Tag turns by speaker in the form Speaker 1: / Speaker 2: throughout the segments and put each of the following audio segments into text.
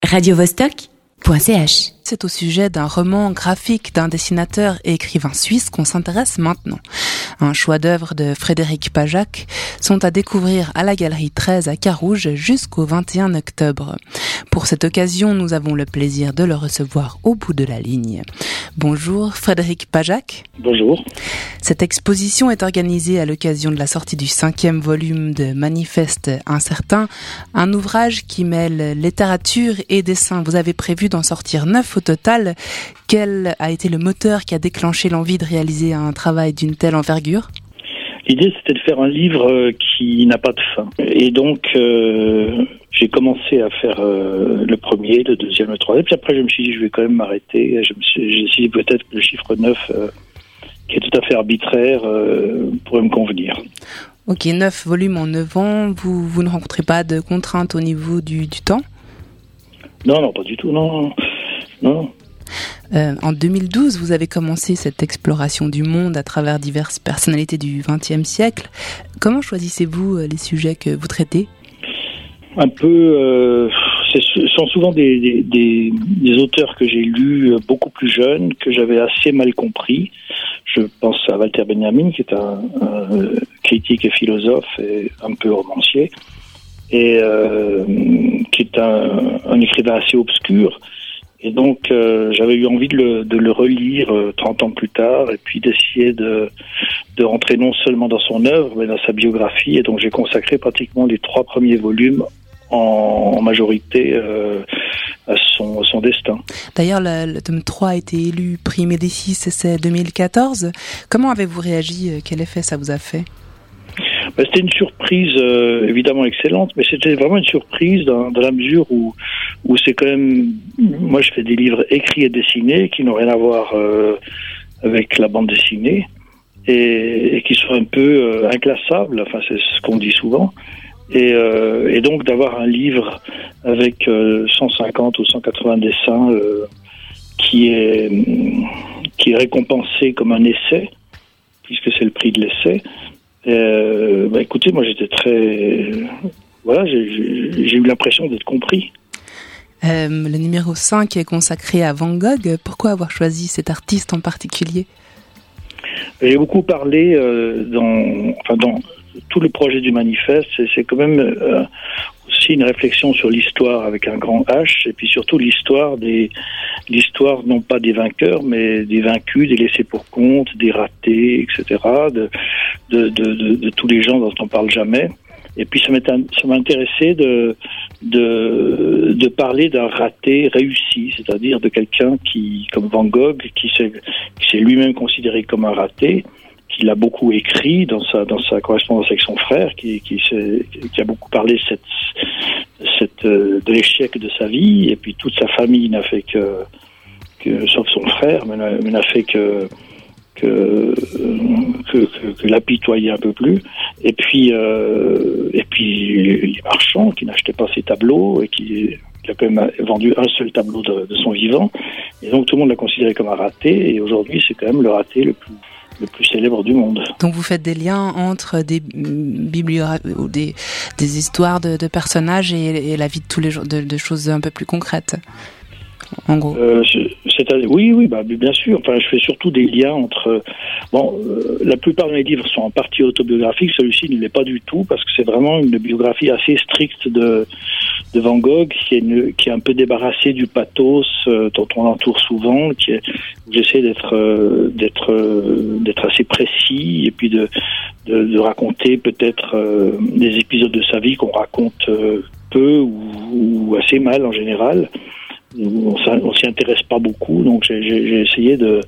Speaker 1: radiovostok.ch.
Speaker 2: C'est au sujet d'un roman graphique d'un dessinateur et écrivain suisse qu'on s'intéresse maintenant. Un choix d'œuvres de Frédéric Pajac sont à découvrir à la Galerie 13 à Carouge jusqu'au 21 octobre. Pour cette occasion, nous avons le plaisir de le recevoir au bout de la ligne. Bonjour Frédéric Pajac.
Speaker 3: Bonjour.
Speaker 2: Cette exposition est organisée à l'occasion de la sortie du 5e volume de Manifeste incertain, un ouvrage qui mêle littérature et dessin. Vous avez prévu d'en sortir 9 au total. Quel a été le moteur qui a déclenché l'envie de réaliser un travail d'une telle envergure ?
Speaker 3: L'idée, c'était de faire un livre qui n'a pas de fin. Et donc, j'ai commencé à faire le premier, le deuxième, le troisième. Puis après, je me suis dit, je vais quand même m'arrêter. J'ai essayé peut-être que le chiffre 9, qui est tout à fait arbitraire, pourrait me convenir.
Speaker 2: Ok, 9 volumes en 9 ans. Vous ne rencontrez pas de contraintes au niveau du temps ?
Speaker 3: Non, pas du tout, non.
Speaker 2: En 2012, vous avez commencé cette exploration du monde à travers diverses personnalités du XXe siècle. Comment choisissez-vous les sujets que vous traitez ?
Speaker 3: Un peu, ce sont souvent des auteurs que j'ai lus beaucoup plus jeunes, que j'avais assez mal compris. Je pense à Walter Benjamin, qui est un critique et philosophe et un peu romancier, et qui est un écrivain assez obscur. Et donc, j'avais eu envie de le relire 30 ans plus tard, et puis d'essayer de rentrer non seulement dans son œuvre, mais dans sa biographie. Et donc, j'ai consacré pratiquement les 3 premiers volumes en majorité à son destin.
Speaker 2: D'ailleurs, le tome 3 a été élu prix Médicis, c'est 2014. Comment avez-vous réagi ? Quel effet ça vous a fait ?
Speaker 3: C'était une surprise évidemment excellente, mais c'était vraiment une surprise dans la mesure où c'est quand même... Moi, je fais des livres écrits et dessinés qui n'ont rien à voir avec la bande dessinée et qui sont un peu inclassables, enfin c'est ce qu'on dit souvent. Et donc d'avoir un livre avec 150 ou 180 dessins qui est récompensé comme un essai, puisque c'est le prix de l'essai. Écoutez, moi j'étais très... Voilà, j'ai eu l'impression d'être compris.
Speaker 2: Le numéro 5 est consacré à Van Gogh. Pourquoi avoir choisi cet artiste en particulier ?
Speaker 3: J'ai beaucoup parlé dans tout le projet du manifeste. C'est quand même aussi une réflexion sur l'histoire avec un grand H, et puis surtout l'histoire non pas des vainqueurs, mais des vaincus, des laissés pour compte, des ratés, etc., de tous les gens dont on parle jamais. Et puis ça m'a intéressé de parler d'un raté réussi, c'est-à-dire de quelqu'un qui, comme Van Gogh, qui s'est lui-même considéré comme un raté, qui l'a beaucoup écrit dans sa correspondance avec son frère, qui a beaucoup parlé de l'échec de sa vie, et puis toute sa famille n'a fait que sauf son frère, mais n'a fait que l'apitoyer un peu plus. Et puis les marchands qui n'achetaient pas ses tableaux et qui a quand même vendu un seul tableau de son vivant. Et donc tout le monde l'a considéré comme un raté. Et aujourd'hui, c'est quand même le raté le plus célèbre du monde.
Speaker 2: Donc vous faites des liens entre des bibliographies ou des histoires de personnages et la vie de tous les jours, de choses un peu plus concrètes. En gros.
Speaker 3: Oui, bien sûr. Enfin, je fais surtout des liens entre... la plupart de mes livres sont en partie autobiographiques. Celui-ci ne l'est pas du tout, parce que c'est vraiment une biographie assez stricte de Van Gogh, qui est un peu débarrassée du pathos dont on l'entoure souvent, où j'essaie d'être assez précis, et puis de raconter peut-être des épisodes de sa vie qu'on raconte peu ou assez mal en général. On s'y intéresse pas beaucoup, donc j'ai essayé de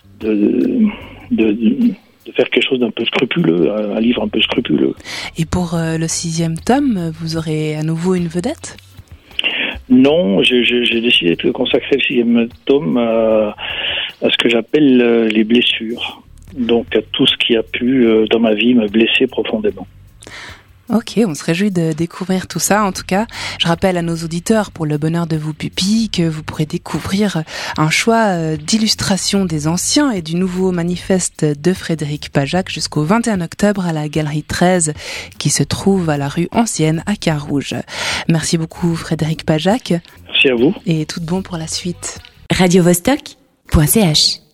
Speaker 3: faire quelque chose d'un peu scrupuleux, un livre un peu scrupuleux.
Speaker 2: Et pour le 6e tome, vous aurez à nouveau une vedette ?
Speaker 3: Non, j'ai décidé de consacrer le 6e tome à ce que j'appelle les blessures, donc à tout ce qui a pu dans ma vie me blesser profondément.
Speaker 2: Ok, on se réjouit de découvrir tout ça. En tout cas, je rappelle à nos auditeurs, pour le bonheur de vos pupilles, que vous pourrez découvrir un choix d'illustrations des anciens et du nouveau manifeste de Frédéric Pajac jusqu'au 21 octobre à la Galerie 13 qui se trouve à la rue Ancienne à Carouge. Merci beaucoup Frédéric Pajac.
Speaker 3: Merci à vous.
Speaker 2: Et tout de bon pour la suite.
Speaker 1: radiovostok.ch